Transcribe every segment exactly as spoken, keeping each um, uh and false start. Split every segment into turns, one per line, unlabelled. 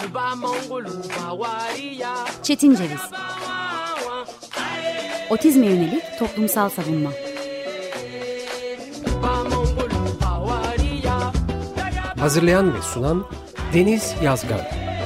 Çetin Ceviz. Otizme yönelik toplumsal savunma.
Hazırlayan ve sunan Deniz Yazgan.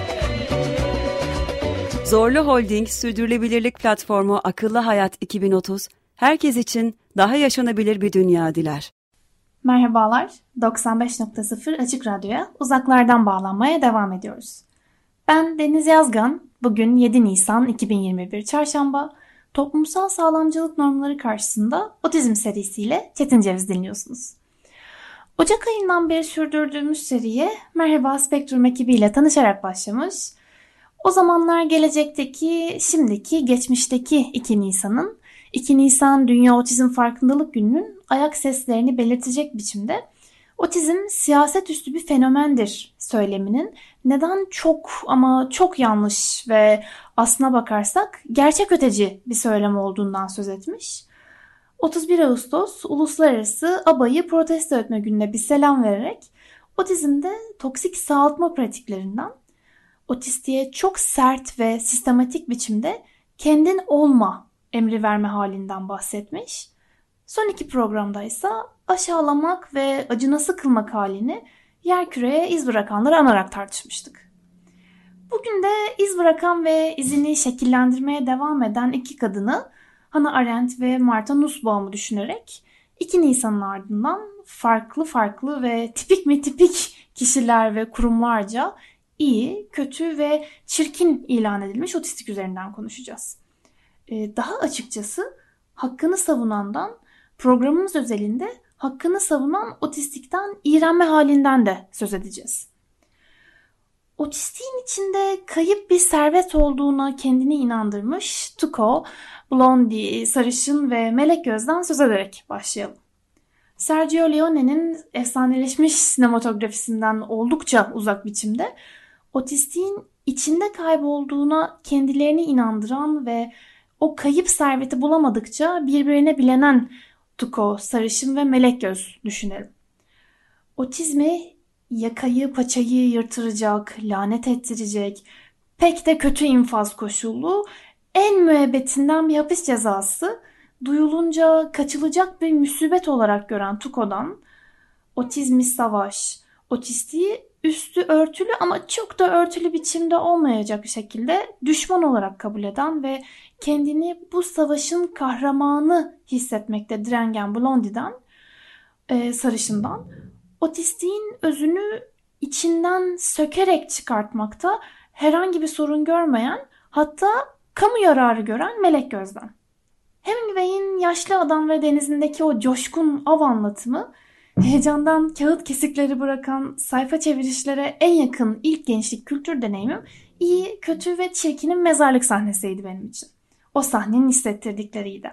Zorlu Holding Sürdürülebilirlik Platformu Akıllı Hayat iki bin otuz, herkes için daha yaşanabilir bir dünya diler.
Merhabalar, doksan beş nokta sıfır Açık Radyo'ya uzaklardan bağlanmaya devam ediyoruz. Ben Deniz Yazgan, bugün yedi Nisan iki bin yirmi bir Çarşamba, toplumsal sağlamcılık normları karşısında otizm serisiyle Çetin Ceviz dinliyorsunuz. Ocak ayından beri sürdürdüğümüz seriye Merhaba Spektrum ekibiyle tanışarak başlamış. O zamanlar gelecekteki, şimdiki, geçmişteki iki Nisan'ın, iki Nisan Dünya Otizm Farkındalık Günü'nün ayak seslerini belirtecek biçimde otizm siyaset üstü bir fenomendir söyleminin neden çok ama çok yanlış ve aslına bakarsak gerçek öteci bir söylem olduğundan söz etmiş. otuz bir Ağustos Uluslararası Abayı Protesto Etme Günü'ne bir selam vererek otizmde toksik sağaltma pratiklerinden, otistiğe çok sert ve sistematik biçimde kendin olma emri verme halinden bahsetmiş. Son iki programda ise aşağılamak ve acınası kılmak halini yerküreye iz bırakanları anarak tartışmıştık. Bugün de iz bırakan ve izini şekillendirmeye devam eden iki kadını Hannah Arendt ve Martha Nussbaum'u düşünerek iki Nisan'ın ardından farklı farklı ve tipik mi tipik kişiler ve kurumlarca iyi, kötü ve çirkin ilan edilmiş otistik üzerinden konuşacağız. Ee, daha açıkçası hakkını savunandan, programımız özelinde hakkını savunan otistikten iğrenme halinden de söz edeceğiz. Otistiğin içinde kayıp bir servet olduğuna kendini inandırmış Tuco, Blondie, Sarışın ve Melek Göz'den söz ederek başlayalım. Sergio Leone'nin efsaneleşmiş sinematografisinden oldukça uzak biçimde otistiğin içinde kaybolduğuna kendilerini inandıran ve o kayıp serveti bulamadıkça birbirine bilenen Tuco, Sarışın ve Melek Göz düşünelim. Otizmi yakayı paçayı yırtıracak, lanet ettirecek, pek de kötü infaz koşullu, en müebbetinden bir hapis cezası duyulunca kaçılacak bir musibet olarak gören Tuco'dan, otizmi savaş, otistiği üstü örtülü ama çok da örtülü biçimde olmayacak bir şekilde düşman olarak kabul eden ve kendini bu savaşın kahramanı hissetmekte direngen Blondie'den, e, Sarışın'dan, otistiğin özünü içinden sökerek çıkartmakta herhangi bir sorun görmeyen, hatta kamu yararı gören Melek Göz'den. Hemingway'in Yaşlı Adam ve Denizindeki o coşkun av anlatımı, heyecandan kağıt kesikleri bırakan sayfa çevirişlere en yakın ilk gençlik kültür deneyimim iyi, kötü ve çirkinin mezarlık sahnesiydi benim için. O sahnenin hissettirdikleriydi.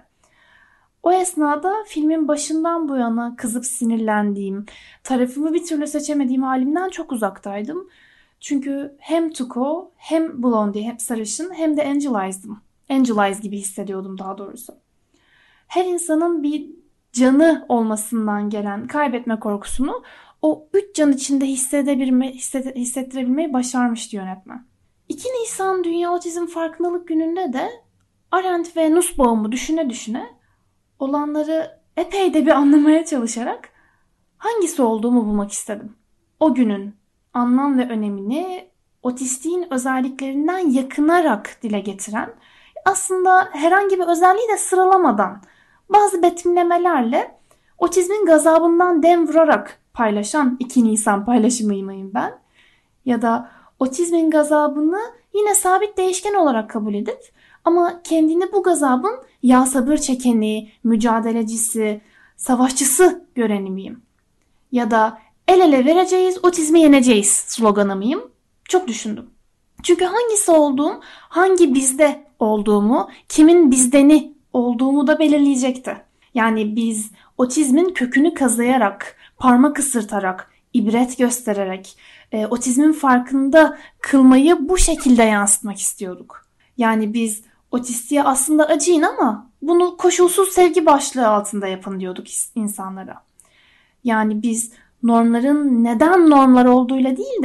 O esnada filmin başından bu yana kızıp sinirlendiğim, tarafımı bir türlü seçemediğim halimden çok uzaktaydım. Çünkü hem Tuco, hem Blondie, hem Sarışın, hem de Angelize'dım. Angelize gibi hissediyordum daha doğrusu. Her insanın bir canı olmasından gelen kaybetme korkusunu o üç can içinde hissedebilme, hissed- hissettirebilmeyi başarmıştı yönetmen. iki Nisan Dünya Otizm Farkındalık Günü'nde de Arendt ve Nussbaum'u düşüne düşüne olanları epey de bir anlamaya çalışarak hangisi olduğumu bulmak istedim. O günün anlam ve önemini otistiğin özelliklerinden yakınarak dile getiren, aslında herhangi bir özelliği de sıralamadan bazı betimlemelerle otizmin gazabından dem vurarak paylaşan iki Nisan paylaşımıyım ben. Ya da otizmin gazabını yine sabit değişken olarak kabul edip ama kendini bu gazabın ya sabır çekeni, mücadelecisi, savaşçısı göreni miyim? Ya da el ele vereceğiz, otizmi yeneceğiz sloganı mıyım? Çok düşündüm. Çünkü hangisi olduğum, hangi bizde olduğumu, kimin bizdeni olduğumu da belirleyecekti. Yani biz otizmin kökünü kazıyarak, parmak ısırtarak, ibret göstererek, e, otizmin farkında kılmayı bu şekilde yansıtmak istiyorduk. Yani biz otistiğe aslında acıyın ama bunu koşulsuz sevgi başlığı altında yapın diyorduk insanlara. Yani biz normların neden normlar olduğuyla değil de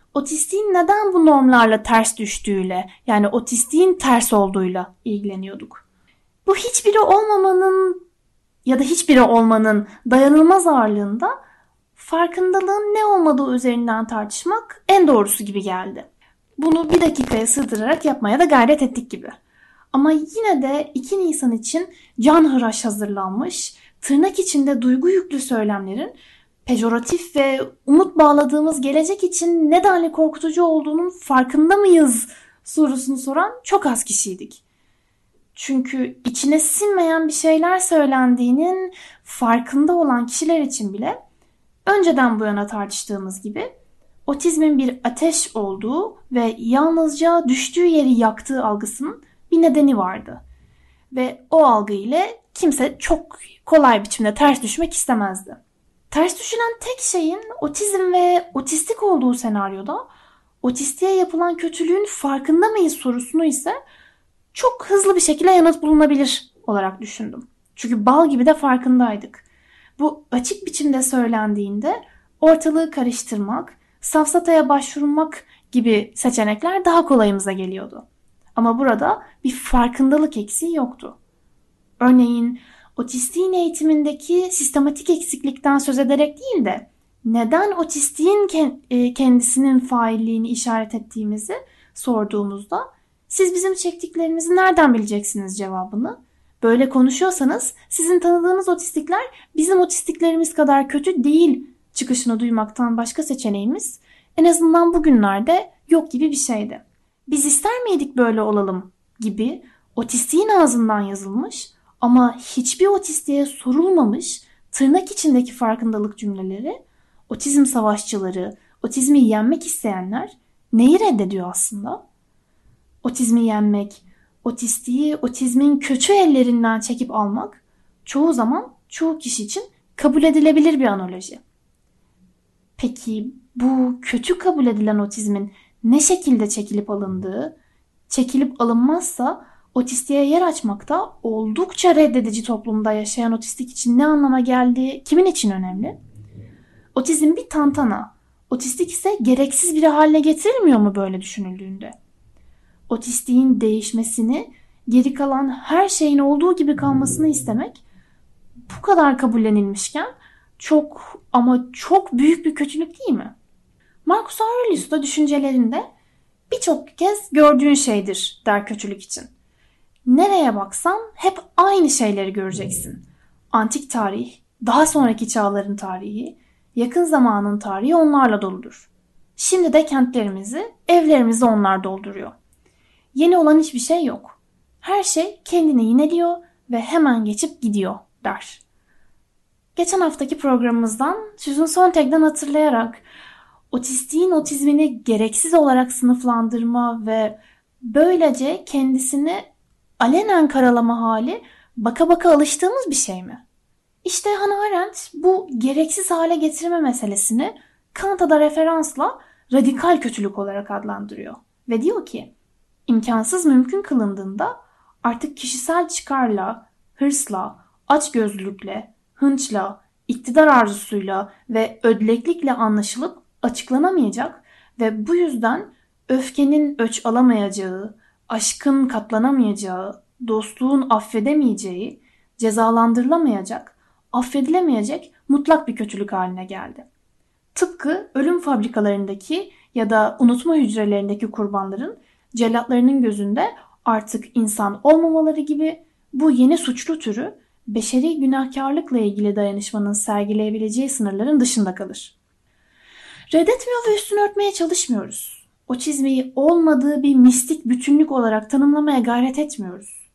otistiğin neden bu normlarla ters düştüğüyle, yani otistiğin ters olduğuyla ilgileniyorduk. Bu hiçbiri olmamanın ya da hiçbiri olmanın dayanılmaz ağırlığında farkındalığın ne olmadığı üzerinden tartışmak en doğrusu gibi geldi. Bunu bir dakikaya sığdırarak yapmaya da gayret ettik gibi. Ama yine de iki Nisan için canhıraş hazırlanmış, tırnak içinde duygu yüklü söylemlerin pejoratif ve umut bağladığımız gelecek için nedenli korkutucu olduğunun farkında mıyız sorusunu soran çok az kişiydik. Çünkü içine sinmeyen bir şeyler söylendiğinin farkında olan kişiler için bile önceden bu yana tartıştığımız gibi otizmin bir ateş olduğu ve yalnızca düştüğü yeri yaktığı algısının bir nedeni vardı. Ve o algı ile kimse çok kolay biçimde ters düşmek istemezdi. Ters düşülen tek şeyin otizm ve otistik olduğu senaryoda otistiğe yapılan kötülüğün farkında mıyız sorusunu ise çok hızlı bir şekilde yanıt bulunabilir olarak düşündüm. Çünkü bal gibi de farkındaydık. Bu açık biçimde söylendiğinde ortalığı karıştırmak, safsataya başvurmak gibi seçenekler daha kolayımıza geliyordu. Ama burada bir farkındalık eksiği yoktu. Örneğin otistiğin eğitimindeki sistematik eksiklikten söz ederek değil de neden otistiğin kendisinin failliğini işaret ettiğimizi sorduğumuzda siz bizim çektiklerimizi nereden bileceksiniz cevabını? Böyle konuşuyorsanız sizin tanıdığınız otistikler bizim otistiklerimiz kadar kötü değil çıkışını duymaktan başka seçeneğimiz en azından bugünlerde yok gibi bir şeydi. Biz ister miydik böyle olalım gibi otistiğin ağzından yazılmış ama hiçbir otistiğe sorulmamış tırnak içindeki farkındalık cümleleri, otizm savaşçıları, otizmi yenmek isteyenler neyi reddediyor aslında? Otizmi yenmek, otistiği otizmin kötü ellerinden çekip almak çoğu zaman çoğu kişi için kabul edilebilir bir analoji. Peki bu kötü kabul edilen otizmin ne şekilde çekilip alındığı, çekilip alınmazsa otistiğe yer açmakta oldukça reddedici toplumda yaşayan otistik için ne anlama geldiği kimin için önemli? Otizm bir tantana, otistik ise gereksiz biri haline getirilmiyor mu böyle düşünüldüğünde? Otistiğin değişmesini, geri kalan her şeyin olduğu gibi kalmasını istemek bu kadar kabullenilmişken çok ama çok büyük bir kötülük değil mi? Marcus Aurelius da düşüncelerinde birçok kez gördüğün şeydir der kötülük için. Nereye baksan hep aynı şeyleri göreceksin. Antik tarih, daha sonraki çağların tarihi, yakın zamanın tarihi onlarla doludur. Şimdi de kentlerimizi, evlerimizi onlar dolduruyor. Yeni olan hiçbir şey yok. Her şey kendini yineliyor ve hemen geçip gidiyor der. Geçen haftaki programımızdan Susan Sontag'dan hatırlayarak otistiğin otizmini gereksiz olarak sınıflandırma ve böylece kendisini alenen karalama hali baka baka alıştığımız bir şey mi? İşte Hannah Arendt bu gereksiz hale getirme meselesini Kant'a referansla radikal kötülük olarak adlandırıyor. Ve diyor ki, imkansız mümkün kılındığında artık kişisel çıkarla, hırsla, açgözlülükle, hınçla, iktidar arzusuyla ve ödleklikle anlaşılıp açıklanamayacak ve bu yüzden öfkenin öç alamayacağı, aşkın katlanamayacağı, dostluğun affedemeyeceği, cezalandırılamayacak, affedilemeyecek mutlak bir kötülük haline geldi. Tıpkı ölüm fabrikalarındaki ya da unutma hücrelerindeki kurbanların cellatlarının gözünde artık insan olmamaları gibi bu yeni suçlu türü beşeri günahkarlıkla ilgili dayanışmanın sergileyebileceği sınırların dışında kalır. Reddetmiyor ve üstünü örtmeye çalışmıyoruz. Otizmi olmadığı bir mistik bütünlük olarak tanımlamaya gayret etmiyoruz.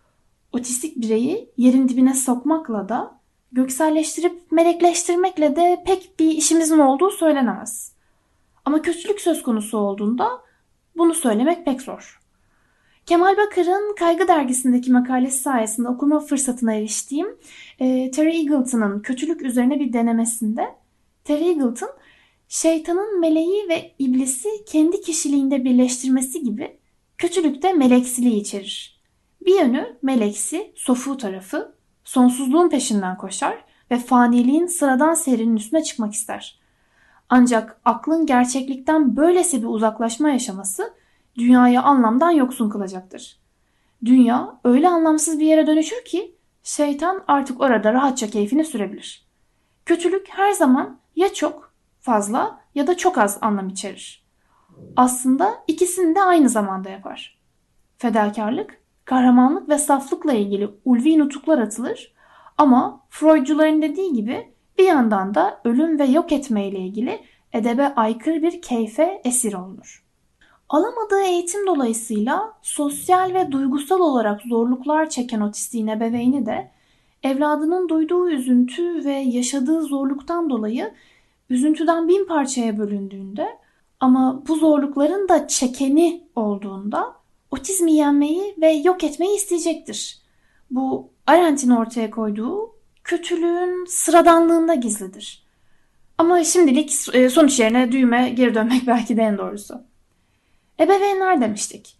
Otistik bireyi yerin dibine sokmakla da gökselleştirip melekleştirmekle de pek bir işimizin olduğu söylenemez. Ama kötülük söz konusu olduğunda bunu söylemek pek zor. Kemal Bakar'ın Kaygı Dergisi'ndeki makalesi sayesinde okuma fırsatına eriştiğim e, Terry Eagleton'ın kötülük üzerine bir denemesinde Terry Eagleton, şeytanın meleği ve iblisi kendi kişiliğinde birleştirmesi gibi kötülükte meleksiliği içerir. Bir yönü meleksi, sofu tarafı, sonsuzluğun peşinden koşar ve faniliğin sıradan seyrinin üstüne çıkmak ister. Ancak aklın gerçeklikten böylesi bir uzaklaşma yaşaması dünyayı anlamdan yoksun kılacaktır. Dünya öyle anlamsız bir yere dönüşür ki şeytan artık orada rahatça keyfini sürebilir. Kötülük her zaman ya çok fazla ya da çok az anlam içerir. Aslında ikisini de aynı zamanda yapar. Fedakarlık, kahramanlık ve saflıkla ilgili ulvi nutuklar atılır ama Freudcuların dediği gibi bir yandan da ölüm ve yok etme ile ilgili edebe aykırı bir keyfe esir olunur. Alamadığı eğitim dolayısıyla sosyal ve duygusal olarak zorluklar çeken otistiğin ebeveyni de evladının duyduğu üzüntü ve yaşadığı zorluktan dolayı üzüntüden bin parçaya bölündüğünde ama bu zorlukların da çekeni olduğunda otizmi yenmeyi ve yok etmeyi isteyecektir. Bu Arendt'in ortaya koyduğu kötülüğün sıradanlığında gizlidir. Ama şimdilik sonuç yerine düğme geri dönmek belki de en doğrusu. Ebeveynler demiştik.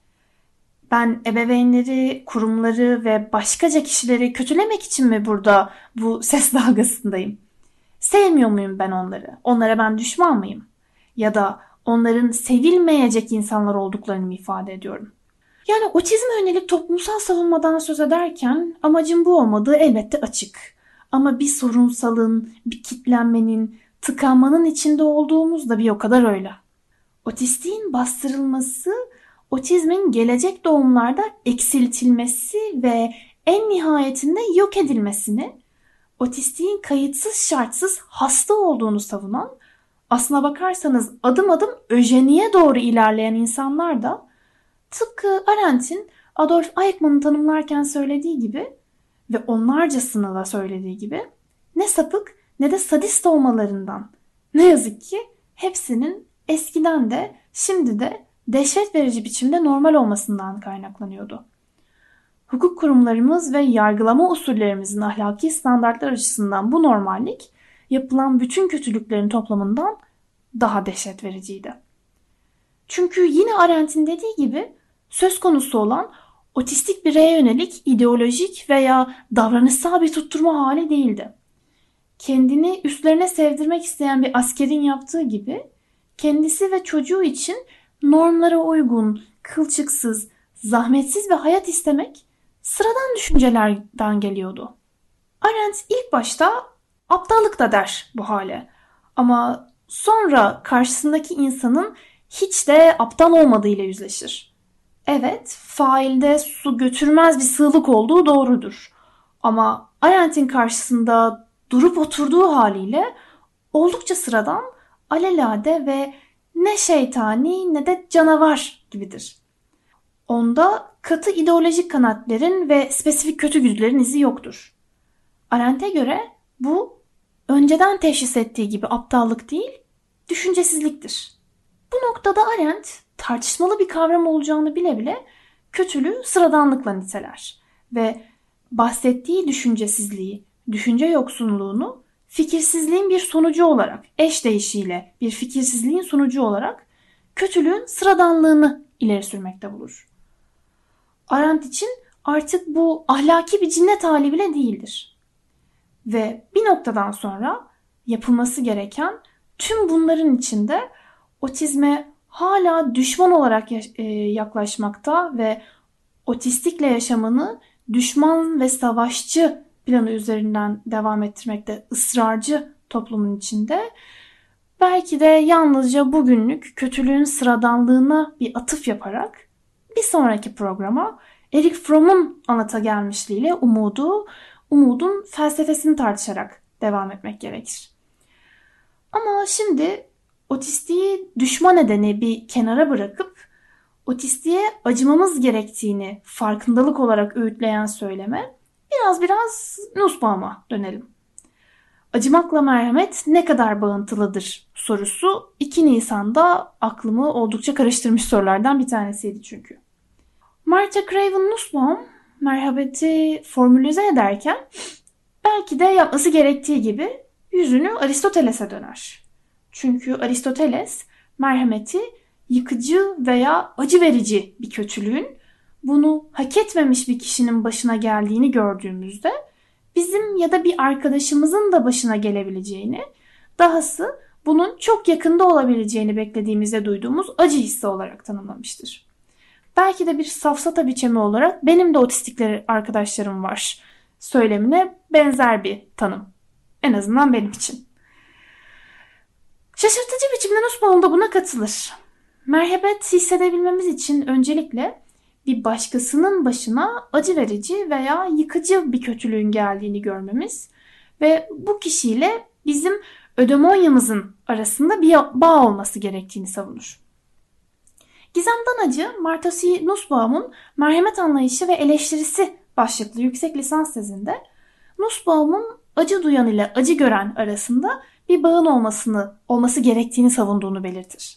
Ben ebeveynleri, kurumları ve başkaca kişileri kötülemek için mi burada bu ses dalgasındayım? Sevmiyor muyum ben onları? Onlara ben düşman mıyım? Ya da onların sevilmeyecek insanlar olduklarını mı ifade ediyorum? Yani otizme yönelik toplumsal savunmadan söz ederken amacım bu olmadığı elbette açık. Ama bir sorunsalın, bir kitlenmenin, tıkanmanın içinde olduğumuz da bir o kadar öyle. Otistiğin bastırılması, otizmin gelecek doğumlarda eksiltilmesi ve en nihayetinde yok edilmesini, otistiğin kayıtsız şartsız hasta olduğunu savunan, aslına bakarsanız adım adım öjeniye doğru ilerleyen insanlar da tıpkı Arendt'in Adolf Eichmann'ı tanımlarken söylediği gibi ve onlarcasını da söylediği gibi ne sapık ne de sadist olmalarından ne yazık ki hepsinin eskiden de şimdi de dehşet verici biçimde normal olmasından kaynaklanıyordu. Hukuk kurumlarımız ve yargılama usullerimizin ahlaki standartlar açısından bu normallik yapılan bütün kötülüklerin toplamından daha dehşet vericiydi. Çünkü yine Arendt'in dediği gibi söz konusu olan otistik bireye yönelik ideolojik veya davranışsal bir tutturma hali değildi. Kendini üstlerine sevdirmek isteyen bir askerin yaptığı gibi kendisi ve çocuğu için normlara uygun, kılçıksız, zahmetsiz bir hayat istemek sıradan düşüncelerden geliyordu. Arendt ilk başta aptallık da der bu hale. Ama sonra karşısındaki insanın hiç de aptal olmadığıyla yüzleşir. Evet, failde su götürmez bir sığlık olduğu doğrudur. Ama Arendt'in karşısında durup oturduğu haliyle oldukça sıradan, alelade ve ne şeytani ne de canavar gibidir. Onda katı ideolojik kanatların ve spesifik kötü güdülerin izi yoktur. Arendt'e göre bu önceden teşhis ettiği gibi aptallık değil, düşüncesizliktir. Bu noktada Arendt tartışmalı bir kavram olacağını bile bile kötülüğü sıradanlıkla niteler ve bahsettiği düşüncesizliği, düşünce yoksunluğunu fikirsizliğin bir sonucu olarak, eş değişiyle bir fikirsizliğin sonucu olarak kötülüğün sıradanlığını ileri sürmekte bulur. Arendt için artık bu ahlaki bir cinnet hali bile değildir. Ve bir noktadan sonra yapılması gereken tüm bunların içinde otizme hala düşman olarak yaklaşmakta ve otistikle yaşamını düşman ve savaşçı planı üzerinden devam ettirmekte ısrarcı toplumun içinde belki de yalnızca bugünlük kötülüğün sıradanlığına bir atıf yaparak bir sonraki programa Erich Fromm'un anlata gelmişliğiyle umudu, umudun felsefesini tartışarak devam etmek gerekir. Ama şimdi otistiği düşman edeni bir kenara bırakıp otistiğe acımamız gerektiğini farkındalık olarak öğütleyen söyleme biraz biraz Nussbaum'a dönelim. Acımakla merhamet ne kadar bağıntılıdır sorusu iki Nisan'da aklımı oldukça karıştırmış sorulardan bir tanesiydi çünkü. Martha Craven Nussbaum merhameti formülize ederken belki de yapması gerektiği gibi yüzünü Aristoteles'e döner. Çünkü Aristoteles merhameti yıkıcı veya acı verici bir kötülüğün bunu hak etmemiş bir kişinin başına geldiğini gördüğümüzde bizim ya da bir arkadaşımızın da başına gelebileceğini, dahası bunun çok yakında olabileceğini beklediğimizde duyduğumuz acı hissi olarak tanımlamıştır. Belki de bir safsata biçimi olarak benim de otistikleri arkadaşlarım var söylemine benzer bir tanım. En azından benim için. Şaşırtıcı biçimde Nussbaum da buna katılır. Merhamet hissedebilmemiz için öncelikle bir başkasının başına acı verici veya yıkıcı bir kötülüğün geldiğini görmemiz ve bu kişiyle bizim ödemonyamızın arasında bir bağ olması gerektiğini savunur. Gizemden Acı, Martha C. Nussbaum'un merhamet anlayışı ve eleştirisi başlıklı yüksek lisans tezinde Nussbaum'un acı duyan ile acı gören arasında bir bağın olmasını olması gerektiğini savunduğunu belirtir.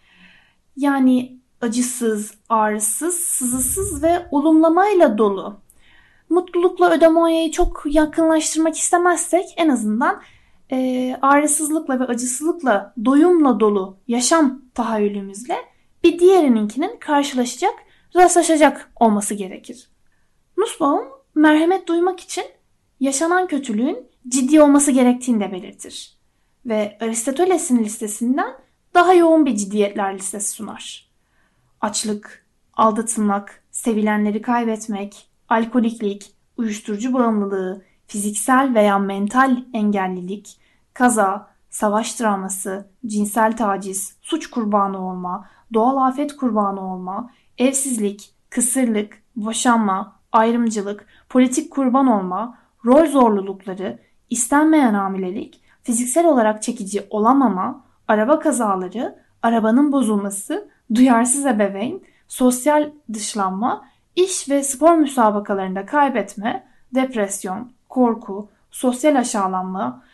Yani acısız, ağrısız, sızısız ve olumlamayla dolu. Mutlulukla ödemonyayı çok yakınlaştırmak istemezsek en azından e, ağrısızlıkla ve acısızlıkla, doyumla dolu yaşam tahayyülümüzle bir diğerininkinin karşılaşacak, rastlaşacak olması gerekir. Nussbaum, merhamet duymak için yaşanan kötülüğün ciddi olması gerektiğini de belirtir. Ve Aristoteles'in listesinden daha yoğun bir ciddiyetler listesi sunar. Açlık, aldatılmak, sevilenleri kaybetmek, alkoliklik, uyuşturucu bağımlılığı, fiziksel veya mental engellilik, kaza, savaş travması, cinsel taciz, suç kurbanı olma, doğal afet kurbanı olma, evsizlik, kısırlık, boşanma, ayrımcılık, politik kurban olma, rol zorlulukları, istenmeyen hamilelik, fiziksel olarak çekici olamama, araba kazaları, arabanın bozulması, duyarsız ebeveyn, sosyal dışlanma, iş ve spor müsabakalarında kaybetme, depresyon, korku, sosyal aşağılanma,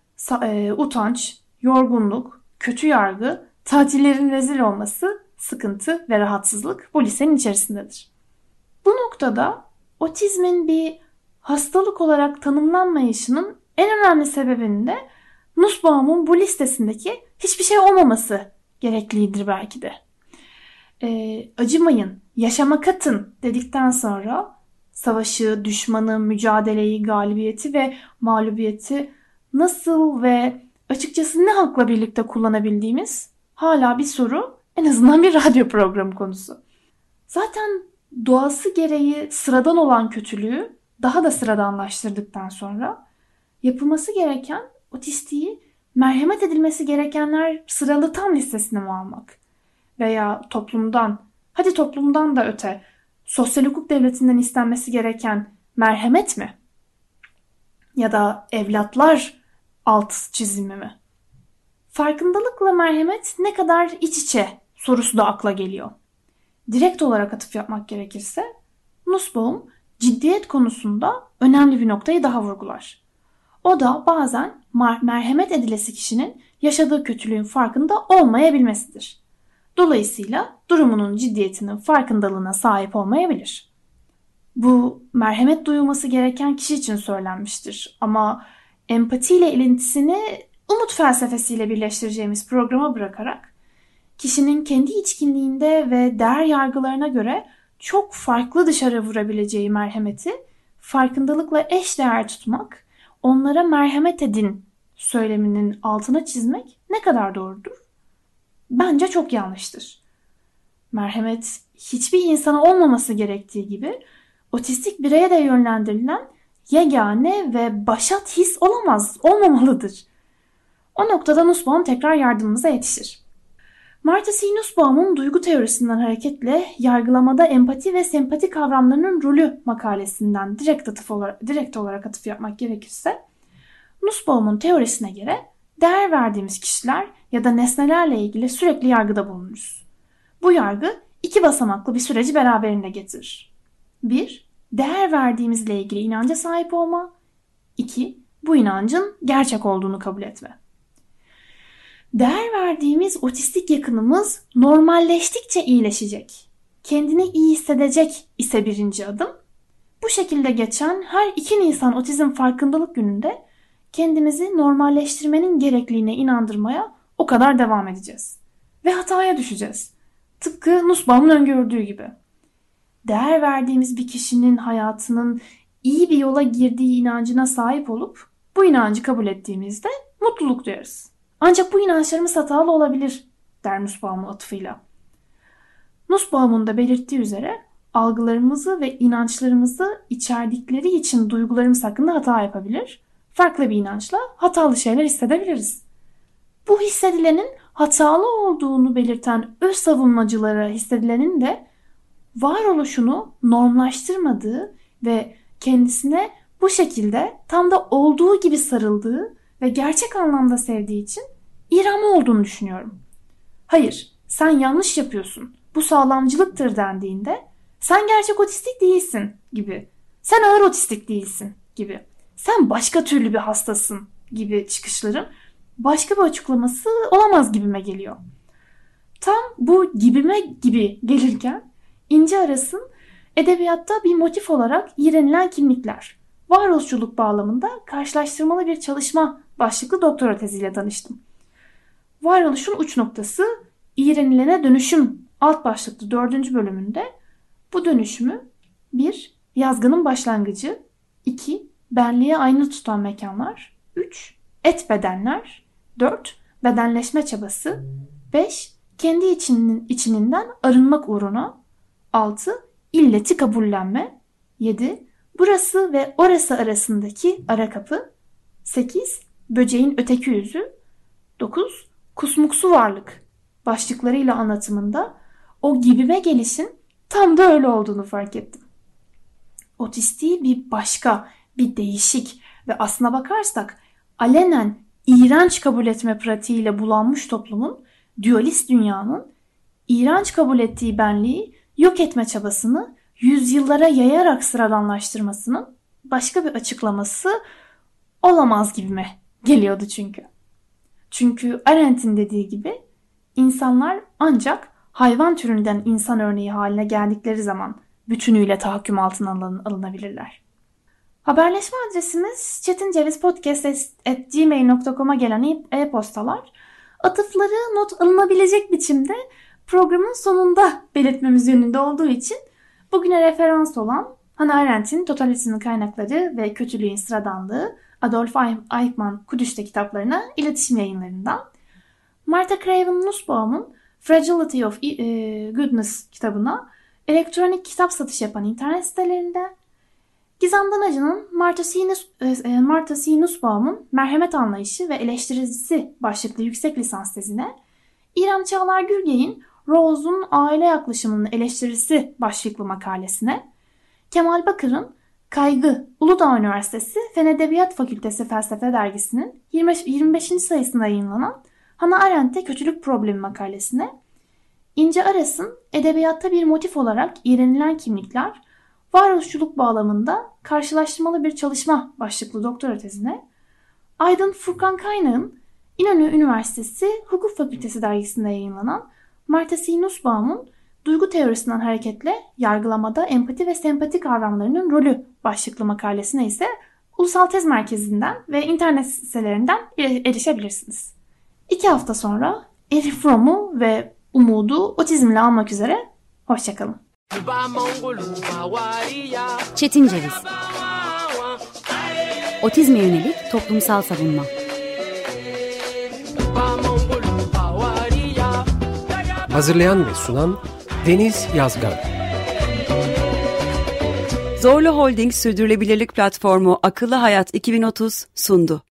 utanç, yorgunluk, kötü yargı, tatillerin rezil olması, sıkıntı ve rahatsızlık bu listenin içerisindedir. Bu noktada otizmin bir hastalık olarak tanımlanmayışının en önemli sebebinin de Nussbaum'un bu listesindeki hiçbir şey olmaması gereklidir belki de. E, acımayın, yaşama katın dedikten sonra savaşı, düşmanı, mücadeleyi, galibiyeti ve mağlubiyeti nasıl ve açıkçası ne hakla birlikte kullanabildiğimiz hala bir soru, en azından bir radyo programı konusu. Zaten doğası gereği sıradan olan kötülüğü daha da sıradanlaştırdıktan sonra yapılması gereken otistiği merhamet edilmesi gerekenler sıralı tam listesine mi almak? Veya toplumdan, hadi toplumdan da öte, sosyal hukuk devletinden istenmesi gereken merhamet mi? Ya da evlatlar alt çizimi mi? Farkındalıkla merhamet ne kadar iç içe sorusu da akla geliyor. Direkt olarak atıf yapmak gerekirse, Nussbaum ciddiyet konusunda önemli bir noktayı daha vurgular. O da bazen merhamet edilesi kişinin yaşadığı kötülüğün farkında olmayabilmesidir. Dolayısıyla durumunun ciddiyetinin farkındalığına sahip olmayabilir. Bu merhamet duyulması gereken kişi için söylenmiştir ama empatiyle ilintisini umut felsefesiyle birleştireceğimiz programa bırakarak kişinin kendi içkinliğinde ve değer yargılarına göre çok farklı dışarı vurabileceği merhameti farkındalıkla eşdeğer tutmak, onlara merhamet edin söyleminin altına çizmek ne kadar doğrudur? Bence çok yanlıştır. Merhamet hiçbir insana olmaması gerektiği gibi otistik bireye de yönlendirilen yegane ve başat his olamaz, olmamalıdır. O noktada Nussbaum tekrar yardımımıza yetişir. Martha C. Nussbaum'un duygu teorisinden hareketle yargılamada empati ve sempati kavramlarının rolü makalesinden direkt, atıf olarak, direkt olarak atıf yapmak gerekirse, Nussbaum'un teorisine göre değer verdiğimiz kişiler ya da nesnelerle ilgili sürekli yargıda bulunuruz. Bu yargı iki basamaklı bir süreci beraberinde getirir. bir. Değer verdiğimizle ilgili inanca sahip olma. iki. Bu inancın gerçek olduğunu kabul etme. Değer verdiğimiz otistik yakınımız normalleştikçe iyileşecek, kendini iyi hissedecek ise birinci adım. Bu şekilde geçen her iki Nisan Otizm Farkındalık Günü'nde kendimizi normalleştirmenin gerekliliğine inandırmaya o kadar devam edeceğiz. Ve hataya düşeceğiz. Tıpkı Nussbaum'un öngördüğü gibi. Değer verdiğimiz bir kişinin hayatının iyi bir yola girdiği inancına sahip olup bu inancı kabul ettiğimizde mutluluk duyarız. Ancak bu inançlarımız hatalı olabilir, der Nussbaum atıfıyla. Nussbaum'un da belirttiği üzere algılarımızı ve inançlarımızı içerdikleri için duygularımız hakkında hata yapabilir. Farklı bir inançla hatalı şeyler hissedebiliriz. Bu hissedilenin hatalı olduğunu belirten öz savunmacılara hissedilenin de varoluşunu normlaştırmadığı ve kendisine bu şekilde tam da olduğu gibi sarıldığı ve gerçek anlamda sevdiği için İrami olduğunu düşünüyorum. Hayır, sen yanlış yapıyorsun, bu sağlamcılıktır dendiğinde sen gerçek otistik değilsin gibi, sen ağır otistik değilsin gibi, sen başka türlü bir hastasın gibi çıkışların başka bir açıklaması olamaz gibime geliyor. Tam bu gibime gibi gelirken İnce Aras'ın edebiyatta bir motif olarak iğrenilen kimlikler, varoluşçuluk bağlamında karşılaştırmalı bir çalışma başlıklı doktora teziyle tanıştım. Varoluşun uç noktası iğrenilene dönüşüm alt başlıklı dördüncü bölümünde bu dönüşümü bir Yazgının başlangıcı, iki Benliğe ayna tutan mekanlar, üç Et bedenler, dört Bedenleşme çabası, beş Kendi içinin, içininden arınmak uğruna, altı illeti kabullenme, yedi Burası ve orası arasındaki ara kapı, sekiz Böceğin öteki yüzü, dokuz Kusmuksu varlık başlıklarıyla anlatımında o gibime gelişin tam da öyle olduğunu fark ettim. Otistiği bir başka, bir değişik ve aslına bakarsak alenen iğrenç kabul etme pratiğiyle bulanmış toplumun, dualist dünyanın iğrenç kabul ettiği benliği yok etme çabasını yüzyıllara yayarak sıradanlaştırmasının başka bir açıklaması olamaz gibime geliyordu çünkü. Çünkü Arendt'in dediği gibi insanlar ancak hayvan türünden insan örneği haline geldikleri zaman bütünüyle tahakküm altına alınabilirler. Haberleşme adresimiz çetincevizpodcast at gmail nokta com'a gelen e-postalar. Atıfları not alınabilecek biçimde programın sonunda belirtmemiz yönünde olduğu için bugüne referans olan Hannah Arendt'in Totalizmin Kaynakları ve Kötülüğün Sıradanlığı Adolf Eichmann Kudüs'te kitaplarına iletişim yayınlarından, Martha Craven Nussbaum'un Fragility of Goodness kitabına elektronik kitap satışı yapan internet sitelerinden, Gizem Danacı'nın Martha C. Nussbaum'un Merhamet Anlayışı ve Eleştirisi başlıklı yüksek lisans tezine, İrem Çağlar Gürgey'in Rawls'un Aile Yaklaşımının Eleştirisi başlıklı makalesine, Kemal Bakır'ın Kaygı Uludağ Üniversitesi Fen Edebiyat Fakültesi Felsefe Dergisi'nin yirmi beşinci sayısında yayınlanan Hannah Arendt'e Kötülük Problemi makalesine, İnce Aras'ın edebiyatta bir motif olarak iğrenilen kimlikler, varoluşçuluk bağlamında karşılaştırmalı bir çalışma başlıklı doktora tezine, Aydın Furkan Kaynağ'ın İnönü Üniversitesi Hukuk Fakültesi dergisinde yayınlanan Martha C. Nussbaum'un Duygu Teorisinden Hareketle Yargılamada Empati ve Sempati Kavramlarının Rolü başlıklı makalesine ise Ulusal Tez Merkezi'nden ve internet sitelerinden erişebilirsiniz. İki hafta sonra Erich Fromm'u ve Umud'u otizmle almak üzere. Hoşçakalın.
Çetin Ceviz. Otizme yönelik toplumsal savunma.
Hazırlayan ve sunan Deniz Yazgan.
Zorlu Holding Sürdürülebilirlik Platformu Akıllı Hayat iki bin otuz sundu.